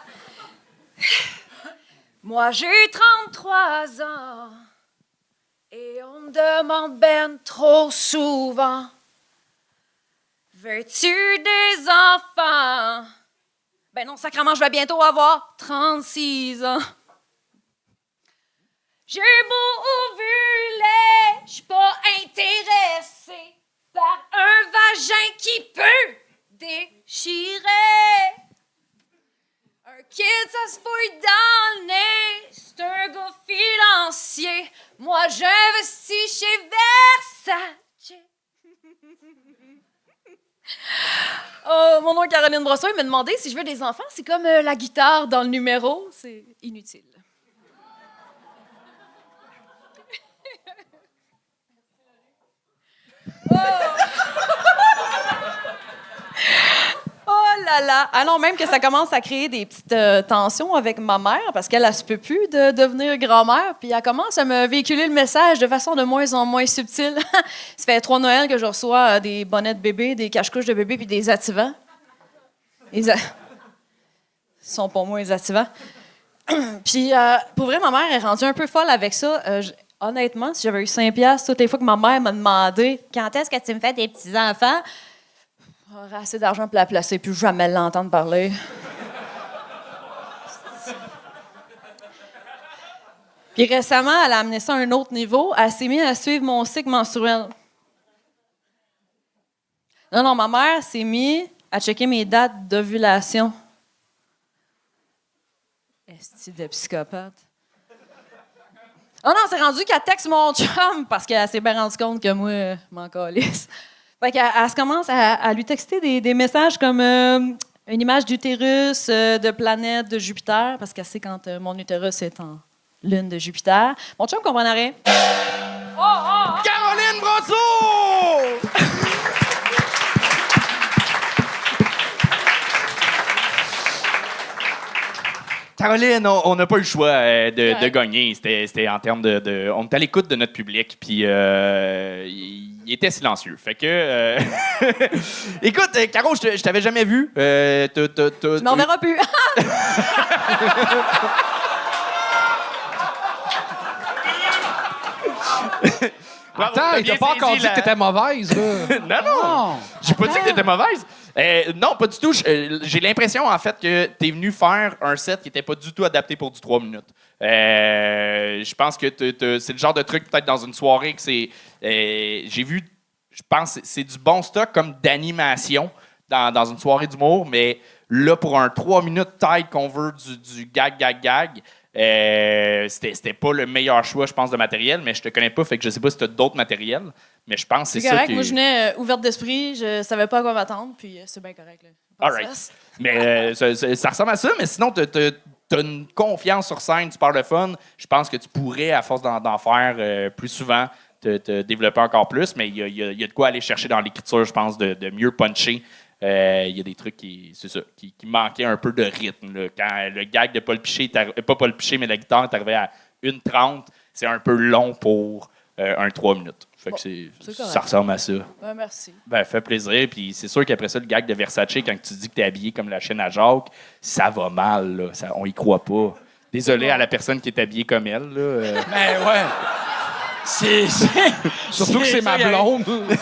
Moi, j'ai trente-trois ans et on me demande ben trop souvent, veux-tu des enfants? Ben non, sacrément, je vais bientôt avoir trente-six ans. J'ai beau ovuler, je suis pas intéressée par un vagin qui peut déchirer. Un kid, ça se fouille dans le nez, c'est un gars financier. Moi, j'investis chez Versace. Oh, mon nom est Caroline Brosseau, il m'a demandé si je veux des enfants. C'est comme euh, la guitare dans le numéro, c'est inutile. Oh là là! Ah non, même que ça commence à créer des petites euh, tensions avec ma mère parce qu'elle, elle se peut plus de devenir grand-mère. Puis elle commence à me véhiculer le message de façon de moins en moins subtile. Ça fait trois Noëls que je reçois euh, des bonnets de bébé, des cache-couches de bébé puis des activants. Les a- Ils sont pour moi les activants. Puis euh, pour vrai, ma mère est rendue un peu folle avec ça. Euh, j- honnêtement, si j'avais eu cinq piastres toutes les fois que ma mère m'a demandé « Quand est-ce que tu me fais des petits-enfants? » J'aurais assez d'argent pour la placer, puis jamais l'entendre parler. Puis récemment, elle a amené ça à un autre niveau. Elle s'est mise à suivre mon cycle menstruel. Non, non, ma mère s'est mise à checker mes dates d'ovulation. Est-ce de psychopathe? Oh non, c'est rendu qu'elle texte mon chum parce qu'elle s'est bien rendue compte que moi, euh, je m'en calisse. Fait qu'elle elle se commence à, à lui texter des, des messages comme euh, une image d'utérus, euh, de planète, de Jupiter, parce qu'elle sait quand euh, mon utérus est en lune de Jupiter. Mon chum comprend rien. Caroline Brosseau! Caroline, on on n'a pas eu le choix euh, de, de Ouais. gagner. C'était c'était en termes de, de- On est à l'écoute de notre public, puis euh, il, il était silencieux. Fait que. euh, Écoute, euh, Caro, je te- je t'avais jamais vu. Euh, t'as- t'as- t'as- Tu m'en verras plus. Bravo, Attends, t'as il t'a bien pas encore saisi dit la- que t'étais mauvaise, là. Non, non! J'ai pas dit que t'étais mauvaise. Euh, non, pas du tout. Je- euh, J'ai l'impression, en fait, que t'es venu faire un set qui était pas du tout adapté pour du trois minutes. Euh, je pense que t'as- t'as- c'est le genre de truc, peut-être dans une soirée, que c'est... euh, J'ai vu, je pense, que c'est du bon stock comme d'animation dans, dans une soirée d'humour, mais là, pour un trois minutes tête qu'on veut du, du gag, gag, gag, euh, c'était c'était pas le meilleur choix, je pense, de matériel, mais je te connais pas, fait que je sais pas si t'as d'autres matériels, mais je pense que C'est c'est ça correct. qui... Moi, je venais euh, ouverte d'esprit. Je savais pas à quoi m'attendre, puis euh, c'est bien correct. Là. All right. Mais euh, ça, ça- ça ressemble à ça, mais sinon, tu as une confiance sur scène, tu parles de fun. Je pense que tu pourrais, à force d'en d'en faire euh, plus souvent, te, te développer encore plus, mais il y a, il y a- il y a de quoi aller chercher dans l'écriture, je pense, de, de mieux puncher. Euh, Il y a des trucs qui, c'est ça, qui, qui manquaient un peu de rythme. Là. Quand le gag de Paul Piché, est arri- euh, pas Paul Piché, mais la guitare est arrivé à une trente, c'est un peu long pour euh, un trois minutes. Fait que c'est, c'est correct. ça ressemble à ça. Ben, merci. Ben, fait plaisir. Puis c'est sûr qu'après ça, le gag de Versace, quand tu dis que t'es habillé comme la chaîne à Jacques, ça va mal, là. Ça, on y croit pas. Désolé à la personne qui est habillée comme elle, là. Euh, Ben ouais. C'est. c'est- Surtout que c'est ma ça, il y a- blonde.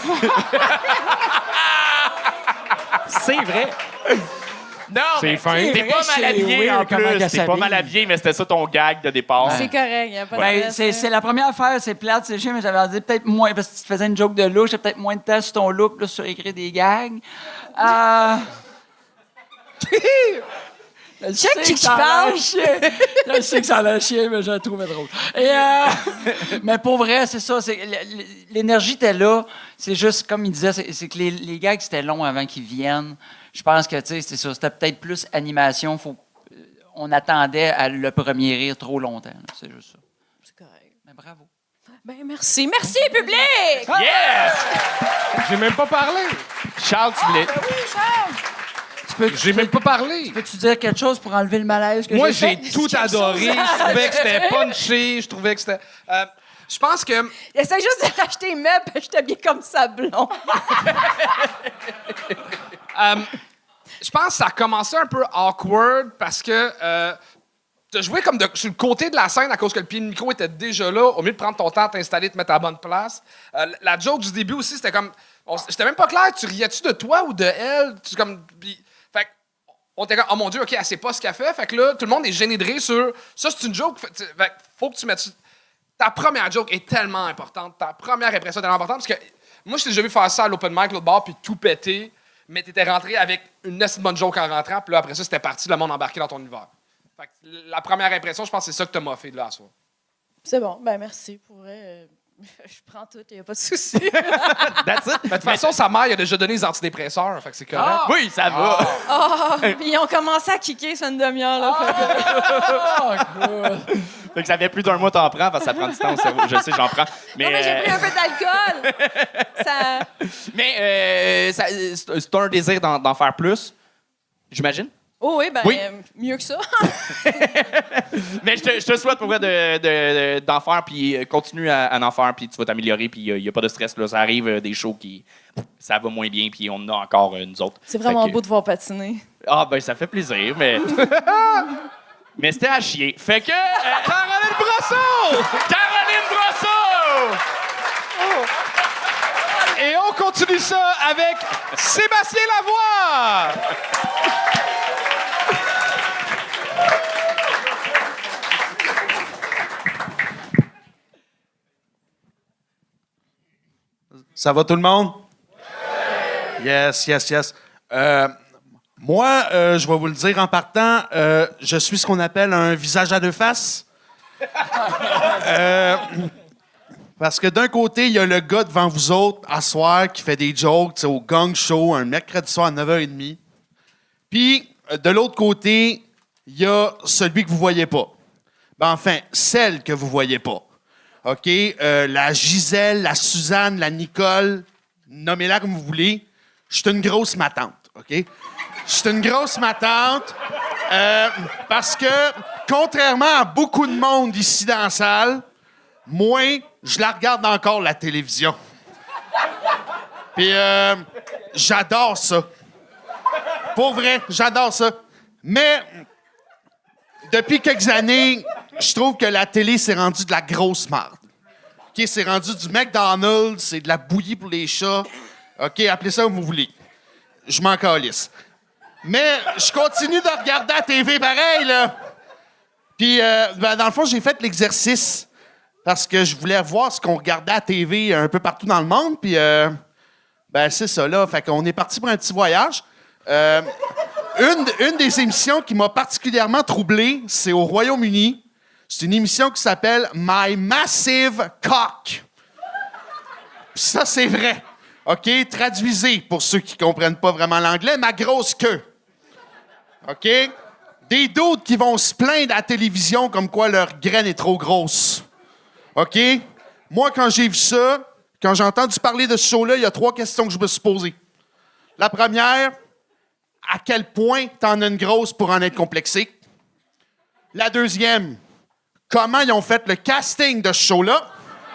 C'est vrai. Non, C'est mais fin. t'es C'est pas vrai, mal c'est habillé weird en comment plus. qu'elle T'es pas s'habille. mal habillé, mais c'était ça ton gag de départ. C'est correct, il n'y a pas de Ben, stress, c'est, là. c'est la première affaire, c'est plate, c'est chiant, mais j'avais dit peut-être moins, parce que tu te faisais une joke de look, j'ai peut-être moins de temps sur ton look, là, sur écrire des gags. Euh... Je sais Check qui que ça a parle. l'air chier. Je sais que ça a l'air chier, mais je le trouvais drôle. Et euh... mais pour vrai, c'est ça. C'est... L'énergie était là. C'est juste, comme il disait, c'est, c'est que les, les gags, c'était long avant qu'ils viennent. Je pense que, tu sais, c'est ça. C'était peut-être plus animation. Faut... On attendait à le premier rire trop longtemps. Là. C'est juste ça. C'est correct. Mais bravo. Ben, merci. Merci, public! Yes! J'ai même pas parlé. Charles, tu voulais. Tu peux, J'ai même pas parlé. Peux-tu dire quelque chose pour enlever le malaise que Moi, j'ai j'ai fait? tout adoré. Je trouvais que c'était punché. Je trouvais que c'était... Euh, je pense que... Essaye juste de racheter les meubles, puis je t'habille comme Sablon. Euh, je pense que ça a commencé un peu awkward parce que euh, tu as joué comme de- sur le côté de la scène à cause que le pied de micro était déjà là. Au mieux de prendre ton temps, t'installer, te mettre à la bonne place. Euh, la joke du début aussi, c'était comme... on- J'étais même pas clair. Tu riais-tu de toi ou de elle? Tu comme... puis- fait que on était comme, oh mon Dieu, OK, elle sait pas ce qu'elle fait. Fait que là, tout le monde est gêné de rire sur... Ça, c'est une joke. Fait, tu- fait que faut que tu mettes... Ta première joke est tellement importante. Ta première impression est tellement importante parce que moi, je t'ai déjà vu faire ça à l'open mic, l'autre bar, puis tout péter, mais t'étais rentré avec une assez bonne joke en rentrant, puis là, après ça, c'était parti, le monde embarqué dans ton univers. Fait que la première impression, je pense que c'est ça que t'as moffé de là à soir. C'est bon, ben merci. Pour vrai, euh, je prends tout, il n'y a pas de souci. That's it. Mais de toute façon, sa mère, il a déjà donné les antidépresseurs, fait que c'est correct. Oui, ça va. Ah, puis ils ont commencé à kicker sur une demi-heure. Là, fait que- Fait que ça fait plus d'un mois t'en prends, parce que ça prend du temps au cerveau. Je sais, j'en prends. Mais, Non, mais j'ai euh, pris un peu d'alcool. Ça... mais euh, ça- c'est c'est un désir d'en d'en faire plus, j'imagine. Oh oui, ben Oui. euh, mieux que ça. Mais je te, je te souhaite pour vrai de, de- d'en faire, puis euh, continue à, à en faire, puis tu vas t'améliorer, puis il n'y a pas de stress. Là. Ça arrive euh, des shows qui. Ça va moins bien, puis on en a encore euh, nous autres. C'est vraiment Fait que- beau de voir patiner. Ah, ben ça fait plaisir, mais. mais c'était à chier. Fait que. euh, Caroline Brosseau! Caroline Brosseau! Et on continue ça avec Sébastien Lavoie! Ça va tout le monde? Yes, yes, yes. Euh, moi, euh, je vais vous le dire en partant, euh, je suis ce qu'on appelle un visage à deux faces. Euh, parce que d'un côté, il y a le gars devant vous autres, à soir, qui fait des jokes tu sais, au gang show, un mercredi soir à neuf heures trente. Puis, euh, de l'autre côté, il y a celui que vous voyez pas. Ben, enfin, celle que vous voyez pas. OK? Euh, la Gisèle, la Suzanne, la Nicole, nommez-la comme vous voulez. Je suis une grosse matante, OK? Je suis une grosse matante euh, parce que, contrairement à beaucoup de monde ici dans la salle, moi, je la regarde encore, la télévision. Puis, euh, j'adore ça. Pour vrai, j'adore ça. Mais, depuis quelques années, je trouve que la télé s'est rendue de la grosse marde. OK, c'est rendu du McDonald's, c'est de la bouillie pour les chats. OK, appelez ça comme vous voulez. Je m'en calisse. Mais je continue de regarder la T V pareil, là. Puis, euh, ben, dans le fond, j'ai fait l'exercice parce que je voulais voir ce qu'on regardait à la T V un peu partout dans le monde. Puis, euh, ben, c'est ça, là. Fait qu'on est parti pour un petit voyage. Euh, une, une des émissions qui m'a particulièrement troublé, c'est au Royaume-Uni. C'est une émission qui s'appelle My Massive Cock. Puis ça, c'est vrai. OK? Traduisez pour ceux qui comprennent pas vraiment l'anglais. Ma grosse queue. OK? Des d'autres qui vont se plaindre à la télévision comme quoi leur graine est trop grosse. OK? Moi, quand j'ai vu ça, quand j'ai entendu parler de ce show-là, il y a trois questions que je me suis posées. La première, à quel point t'en as une grosse pour en être complexé? La deuxième, comment ils ont fait le casting de ce show-là?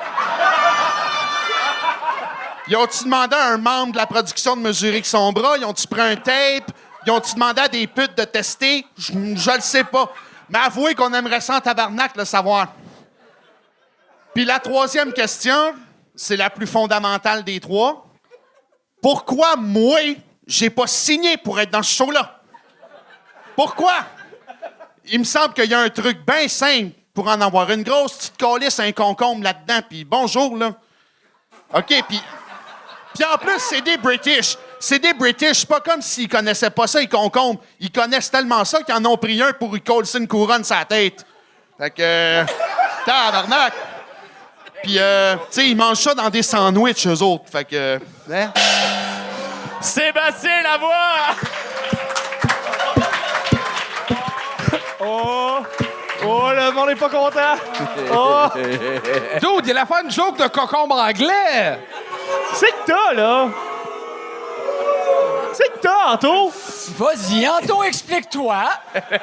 Ils ont-tu demandé à un membre de la production de mesurer que son bras? Ils ont-tu pris un tape? Ils ont-tu demandé à des putes de tester? Je, je le sais pas. Mais avouez qu'on aimerait ça en tabarnak le savoir. Puis la troisième question, c'est la plus fondamentale des trois. Pourquoi moi, j'ai pas signé pour être dans ce show-là? Pourquoi? Il me semble qu'il y a un truc bien simple pour en avoir une grosse petite calisse, un concombre là-dedans, puis bonjour, là. OK, puis... Puis en plus, c'est des British. C'est des British. Pas comme s'ils connaissaient pas ça, les concombres. Ils connaissent tellement ça qu'ils en ont pris un pour y coller une couronne sur la tête. Fait que... Euh, tabarnak! Puis, euh, tu sais, ils mangent ça dans des sandwichs, eux autres. Fait que... Hein? Sébastien Lavoie! Oh! Oh, le monde n'est pas content! Oh! Dude, il a fait une joke de concombre anglais! C'est que t'as, là? C'est que t'as, Anto? Vas-y, Anto, explique-toi.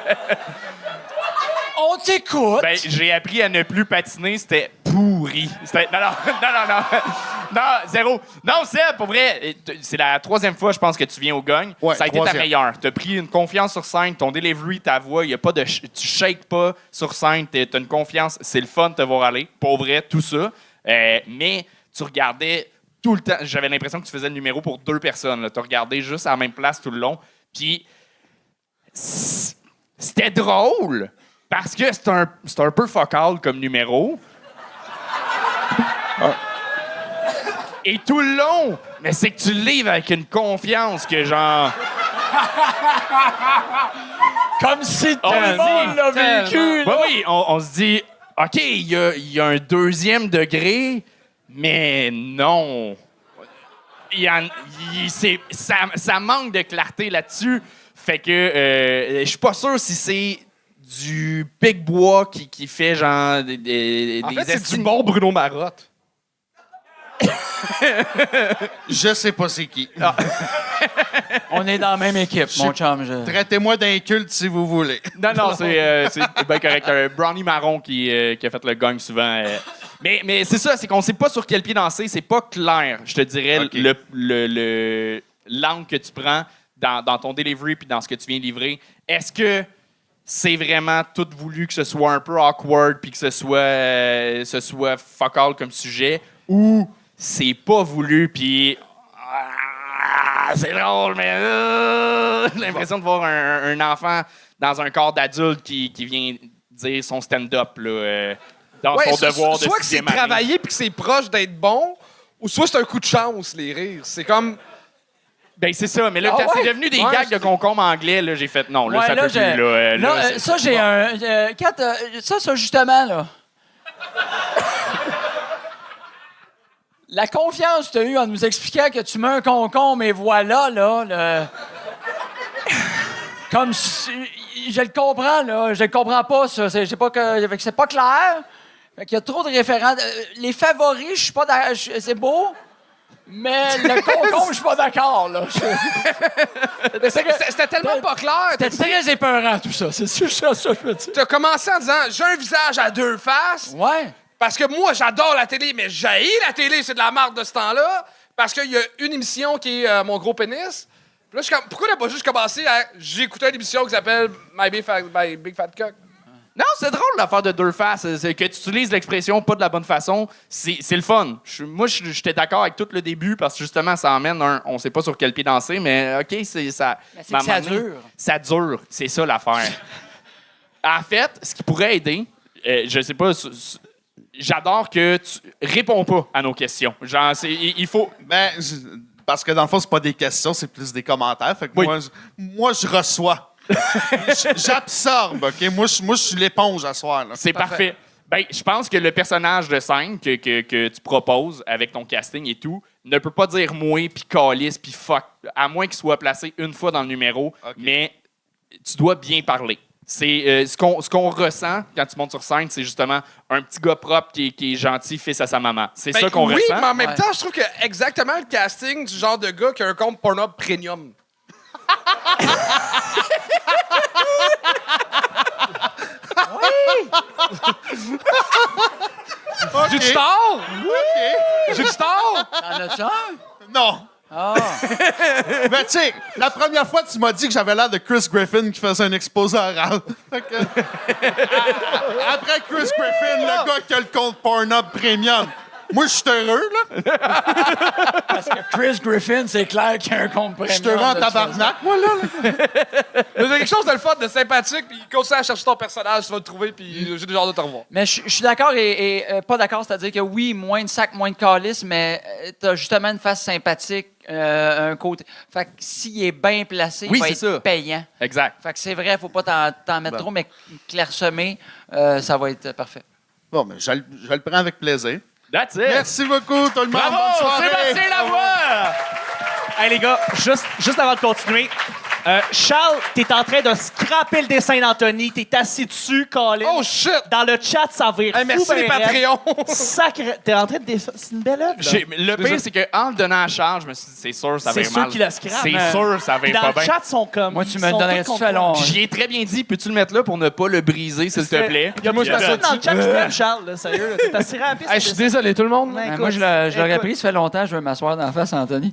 On t'écoute. Ben, j'ai appris à ne plus patiner, c'était pourri. C'était... Non, non, non, non, non. Non, zéro. Non, Seb, pour vrai, c'est la troisième fois, je pense, que tu viens au Gagne. Ouais, ça a été ta troisième. meilleure. T'as pris une confiance sur scène, ton delivery, ta voix, y a pas de... ch- Tu shakes pas sur scène, t'es- t'as une confiance, c'est le fun de te voir aller. Pour vrai, tout ça. Euh, mais tu regardais tout le temps... J'avais l'impression que tu faisais le numéro pour deux personnes. Là. Tu regardais juste à la même place tout le long. Puis... c- C'était drôle! Parce que c'est un, c'est un peu focal comme numéro. Ah. Et tout le long, mais c'est que tu le livres avec une confiance que genre... Comme si tout On le le monde dit. l'a vécu. Oui, oui, on, on se dit, OK, il y a, il y a un deuxième degré, mais non. Il y en- il- c'est- ça, ça manque de clarté là-dessus. Fait que euh, je suis pas sûr si c'est du Pic-Bois qui, qui fait genre des, des, En des fait, c'est esti- du bon Bruno Marotte. Je sais pas c'est qui. On est dans la même équipe, mon chum. je- Traitez-moi d'inculte si vous voulez. Non, non, c'est euh, c'est bien correct. Un Brownie Marron qui, euh, qui a fait le gang souvent. euh. Mais, mais c'est ça, c'est qu'on sait pas sur quel pied danser. C'est pas clair, je te dirais, Ok. le, le, le- l'angle que tu prends dans, dans ton delivery puis dans ce que tu viens livrer. Est-ce que c'est vraiment tout voulu que ce soit un peu awkward puis que ce soit, euh, ce soit fuck all comme sujet ou c'est pas voulu puis... Ah, c'est drôle, mais euh, j'ai l'impression de voir un, un enfant dans un corps d'adulte qui, qui vient dire son stand-up là, euh, dans Ouais, son so- devoir de soit que c'est sixième année. travaillé puis que c'est proche d'être bon, ou soit c'est un coup de chance, les rires. C'est comme... Ben, c'est ça, mais là, Ah quand ouais? c'est devenu des Ouais, gags de c'est- concombre anglais, là, j'ai fait non, là, Ouais, ça là, peut j'ai- plus. Là, euh, Là, là, euh, c'est- ça, j'ai un. euh, Kat, euh, ça, ça, justement, là. La confiance que tu as eue en nous expliquant que tu mets un concombre et voilà, là, le... Comme si... Je le comprends, là. Je le comprends pas, ça. C'est, c'est pas que... fait que c'est pas clair. Fait qu'il y a trop de référents. Euh, Les favoris, je suis pas d'accord. je- C'est beau. Mais le concombre, je suis pas d'accord, là. Je- Mais c'est que c'était- C'était tellement pas clair. C'était très épeurant, tout ça. C'est sûr, ça, ça, je veux dire. Tu as commencé en disant « J'ai un visage à deux faces. » Ouais. Parce que moi, j'adore la télé, mais j'haïs la télé, c'est de la marde de ce temps-là. Parce qu'il y a une émission qui est euh, Mon gros pénis. Puis là, je suis comme, pourquoi t'as pas juste commencé à. J'ai écouté une émission qui s'appelle My Big Fat, My Big Fat Cock. Non, c'est drôle l'affaire de deux faces. C'est que tu utilises l'expression pas de la bonne façon. C'est, c'est le fun. Je- moi, je- j'étais d'accord avec tout le début parce que justement, ça emmène un. On sait pas sur quel pied danser, mais OK, c'est ça. Mais c'est que ça à un moment donné, dure. Ça dure. C'est ça l'affaire. En fait, ce qui pourrait aider, euh, je sais pas. s- s- J'adore que tu réponds pas à nos questions. Genre, c'est, il il faut. Ben, je- parce que dans le fond, c'est pas des questions, c'est plus des commentaires. Fait que Oui. moi, je, moi, je reçois. J- J'absorbe, OK? Moi, je, moi, je suis l'éponge à soir. Là. C'est parfait. Ben, je pense que le personnage de scène que, que, que tu proposes avec ton casting et tout ne peut pas dire moi, puis calice, puis fuck, à moins qu'il soit placé une fois dans le numéro, Ok. mais tu dois bien parler. C'est euh, ce qu'on ce qu'on ressent quand tu montes sur scène, c'est justement un petit gars propre qui est, qui est gentil, fils à sa maman. C'est Ben ça qu'on oui, ressent. mais en même Ouais. temps, je trouve que exactement le casting du genre de gars qui a un compte Pornhub Premium. J'ai du star? OK. J'ai du star? T'en as-tu un? Non. Ah. Mais tu sais, la première fois, tu m'as dit que j'avais l'air de Chris Griffin qui faisait un exposé oral. Fait que- Après Chris Griffin, le gars qui a le compte Pornhub Premium. Moi, je suis heureux, là. Parce que Chris Griffin, c'est clair qu'il y a un compte Je suis heureux en tabarnak, moi, là. Mais c'est quelque chose de le fun, de sympathique, puis continue à chercher ton personnage, tu vas le trouver, puis j'ai déjà hâte de te revoir. Mais je je suis d'accord et, et, euh, pas d'accord, c'est-à-dire que oui, moins de sac, moins de calice, mais euh, t'as justement une face sympathique, euh, un côté. Fait que s'il est bien placé, Oui, il va c'est être ça. payant. Exact. Fait que c'est vrai, faut pas t'en, t'en mettre trop, mais clairsemé, euh, ça va être parfait. Bon, mais je, le- je le prends avec plaisir. That's it. Merci beaucoup, tout le monde. Bravo, Bonne soirée. Sébastien Lavoie! Hey, les gars, juste, juste avant de continuer, euh, Charles, t'es en train de scraper le dessin d'Anthony. T'es assis dessus, Colin. Oh shit! Dans le chat, ça vire Hey, fou, merci ben les raide. Patreons! Sacré... T'es en train de... dess- C'est une belle œuvre, là. J'ai- Le pire, c'est qu'en le donnant à Charles, je me suis dit, c'est sûr, ça va C'est mal. sûr qu'il a scrap. C'est mais- sûr, ça Puis va Dans pas le bien. chat, ils sont comme... Moi, tu ils me sont donnerais tous ça contents. long. J'y ai très bien dit, peux-tu le mettre là pour ne pas le briser, s'il te plaît? Il y a Moi, je personne fais ça dans le chat qui t'aime, Charles, là, sérieux. là. T'es assis rapide. Hey, je suis désolé, tout le monde. Ben, Ben, écoute, moi, je l'ai- je l'aurais écoute. pris, ça fait longtemps, je veux m'asseoir dans la face, Anthony.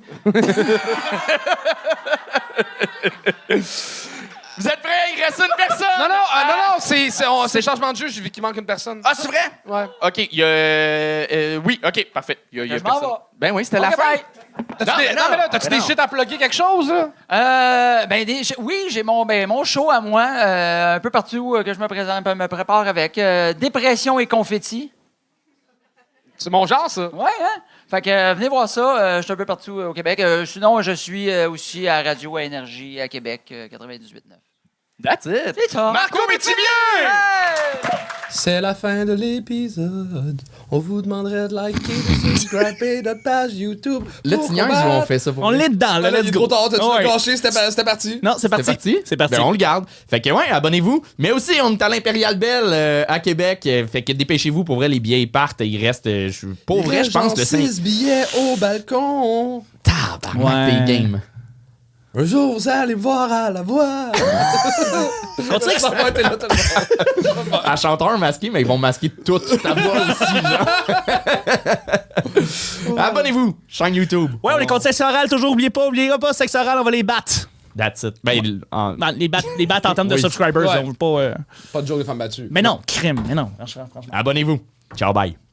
Vous êtes prêts? Il reste une personne! Non, non, ah, non, non, c'est, c'est, on- c'est changement de jeu, j'ai vu qu'il manque une personne. Ah, c'est vrai? Ouais. OK, il y a... euh, euh, oui, OK, parfait. Il y a, il y a Je m'en personne. vais. Ben oui, c'était la Ok, fin. bye. T'as-tu Non, des, mais non, non, mais là, t'as-tu mais des non. shit à plugger quelque chose, là? Euh, ben, des- j'ai- oui, j'ai mon, ben, mon show à moi, euh, un peu partout euh, que je me présente, me prépare avec. euh, Dépression et confetti. C'est mon genre, ça. Ouais, hein? Fait que euh, venez voir ça. euh, je suis un peu partout euh, au Québec. Euh, sinon, je suis euh, aussi à Radio à Énergie à Québec, euh, quatre-vingt-dix-huit neuf. That's it. C'est ça. Marco Métivier! C'est la fin de l'épisode. On vous demanderait de liker, de subscriber notre page YouTube. Là, tu niaises ou on fait ça pour On vrai? l'est dedans, là, Là, let's il est go. trop tard, t'as-tu Ouais. gâché, c'était, pa- c'était parti. Non, c'est parti. C'est parti? C'est parti. Ben, on le garde. Fait que, ouais, abonnez-vous. Mais aussi, on est à l'Impérial Belle euh, à Québec. Euh, Fait que dépêchez-vous. Pour vrai, les billets ils partent. Il reste, euh, je- pour vrai, je pense, le cinq. six billets au balcon. Tabarnak, Ouais. des games. Un jour, vous allez me voir à la voix. Continue. Ça va être là, tout le monde. À chanteur masqué, mais ils vont masquer toute ta voix aussi, genre. Abonnez-vous. Chaîne YouTube. Ouais, on est contre sexe oral, toujours. Oubliez pas, oubliez pas, sexe oral, on va les battre. That's it. Ben, il- en- Ben, les battre les battre en termes de Oui. subscribers, Ouais. on veut pas... euh, Pas de jour de femmes battues. Mais non, crime, mais non. Franchement, franchement. Abonnez-vous. Ciao, bye.